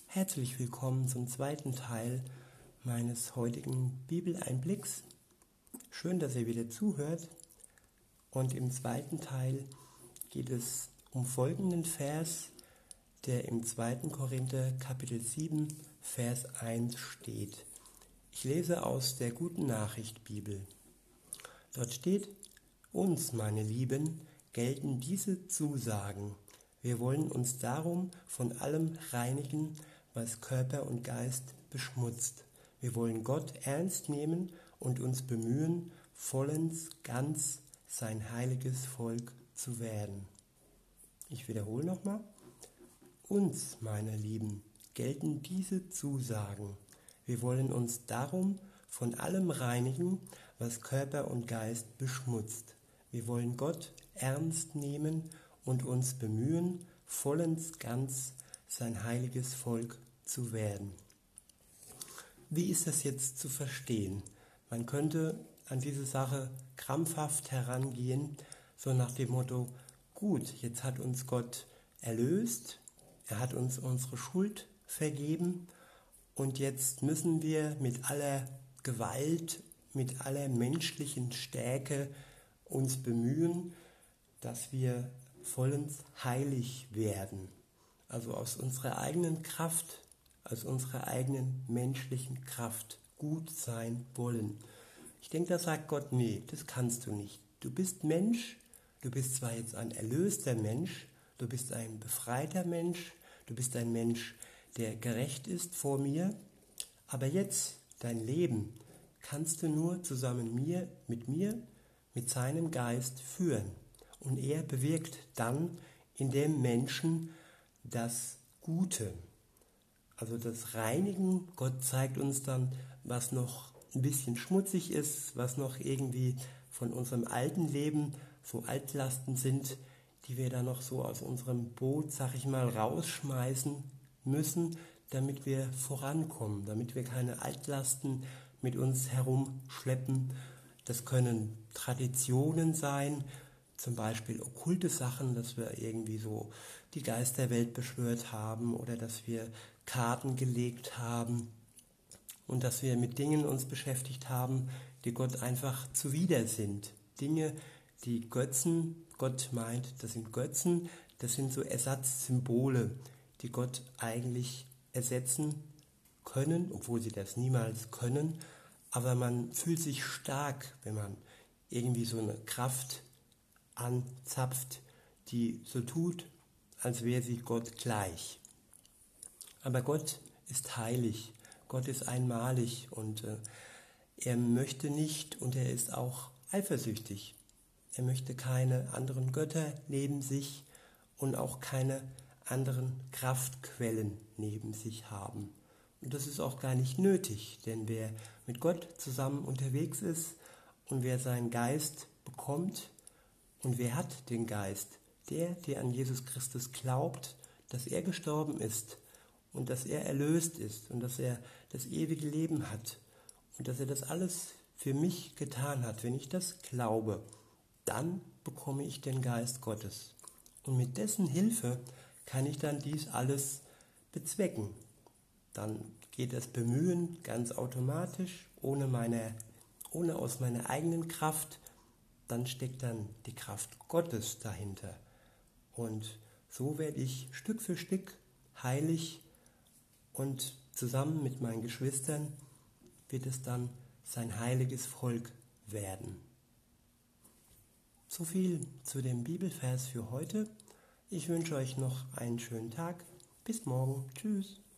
Herzlich willkommen zum zweiten Teil meines heutigen Bibeleinblicks. Schön, dass ihr wieder zuhört. Und im zweiten Teil geht es um folgenden Vers, der im 2. Korinther Kapitel 7, Vers 1 steht. Ich lese aus der Guten Nachricht Bibel. Dort steht: Uns, meine Lieben, gelten diese Zusagen. Wir wollen uns darum von allem reinigen, was Körper und Geist beschmutzt. Wir wollen Gott ernst nehmen und uns bemühen, vollends, ganz sein heiliges Volk zu werden. Ich wiederhole nochmal. Uns, meine Lieben, gelten diese Zusagen. Wir wollen uns darum von allem reinigen, was Körper und Geist beschmutzt. Wir wollen Gott ernst nehmen und uns bemühen, vollends, ganz sein heiliges Volk zu werden. Wie ist das jetzt zu verstehen? Man könnte an diese Sache krampfhaft herangehen, so nach dem Motto: Gut, jetzt hat uns Gott erlöst, er hat uns unsere Schuld vergeben und jetzt müssen wir mit aller Gewalt, mit aller menschlichen Stärke uns bemühen, dass wir vollends heilig werden. Also aus unserer eigenen Kraft, aus unserer eigenen menschlichen Kraft gut sein wollen. Ich denke, da sagt Gott: Nee, das kannst du nicht. Du bist Mensch, du bist zwar jetzt ein erlöster Mensch, du bist ein befreiter Mensch, du bist ein Mensch, der gerecht ist vor mir, aber jetzt dein Leben kannst du nur zusammen mit mir, mit seinem Geist führen. Und er bewirkt dann in dem Menschen das Gute, also das Reinigen. Gott zeigt uns dann, was noch ein bisschen schmutzig ist, was noch irgendwie von unserem alten Leben so Altlasten sind, die wir da noch so aus unserem Boot, sag ich mal, rausschmeißen müssen, damit wir vorankommen, damit wir keine Altlasten mit uns herumschleppen. Das können Traditionen sein, zum Beispiel okkulte Sachen, dass wir irgendwie so die Geisterwelt beschwört haben oder dass wir Karten gelegt haben und dass wir mit Dingen uns beschäftigt haben, die Gott einfach zuwider sind. Dinge, die Götzen, Gott meint, das sind Götzen, das sind so Ersatzsymbole, die Gott eigentlich ersetzen können, obwohl sie das niemals können. Aber man fühlt sich stark, wenn man irgendwie so eine Kraft anzapft, die so tut, als wäre sie Gott gleich. Aber Gott ist heilig, Gott ist einmalig und er möchte nicht und er ist auch eifersüchtig. Er möchte keine anderen Götter neben sich und auch keine anderen Kraftquellen neben sich haben. Und das ist auch gar nicht nötig, denn wer mit Gott zusammen unterwegs ist und wer seinen Geist bekommt, und wer hat den Geist? Der an Jesus Christus glaubt, dass er gestorben ist und dass er erlöst ist und dass er das ewige Leben hat und dass er das alles für mich getan hat. Wenn ich das glaube, dann bekomme ich den Geist Gottes. Und mit dessen Hilfe kann ich dann dies alles bezwecken. Dann geht das Bemühen ganz automatisch, ohne aus meiner eigenen Kraft. Dann steckt dann die Kraft Gottes dahinter. Und so werde ich Stück für Stück heilig und zusammen mit meinen Geschwistern wird es dann sein heiliges Volk werden. So viel zu dem Bibelvers für heute. Ich wünsche euch noch einen schönen Tag. Bis morgen. Tschüss.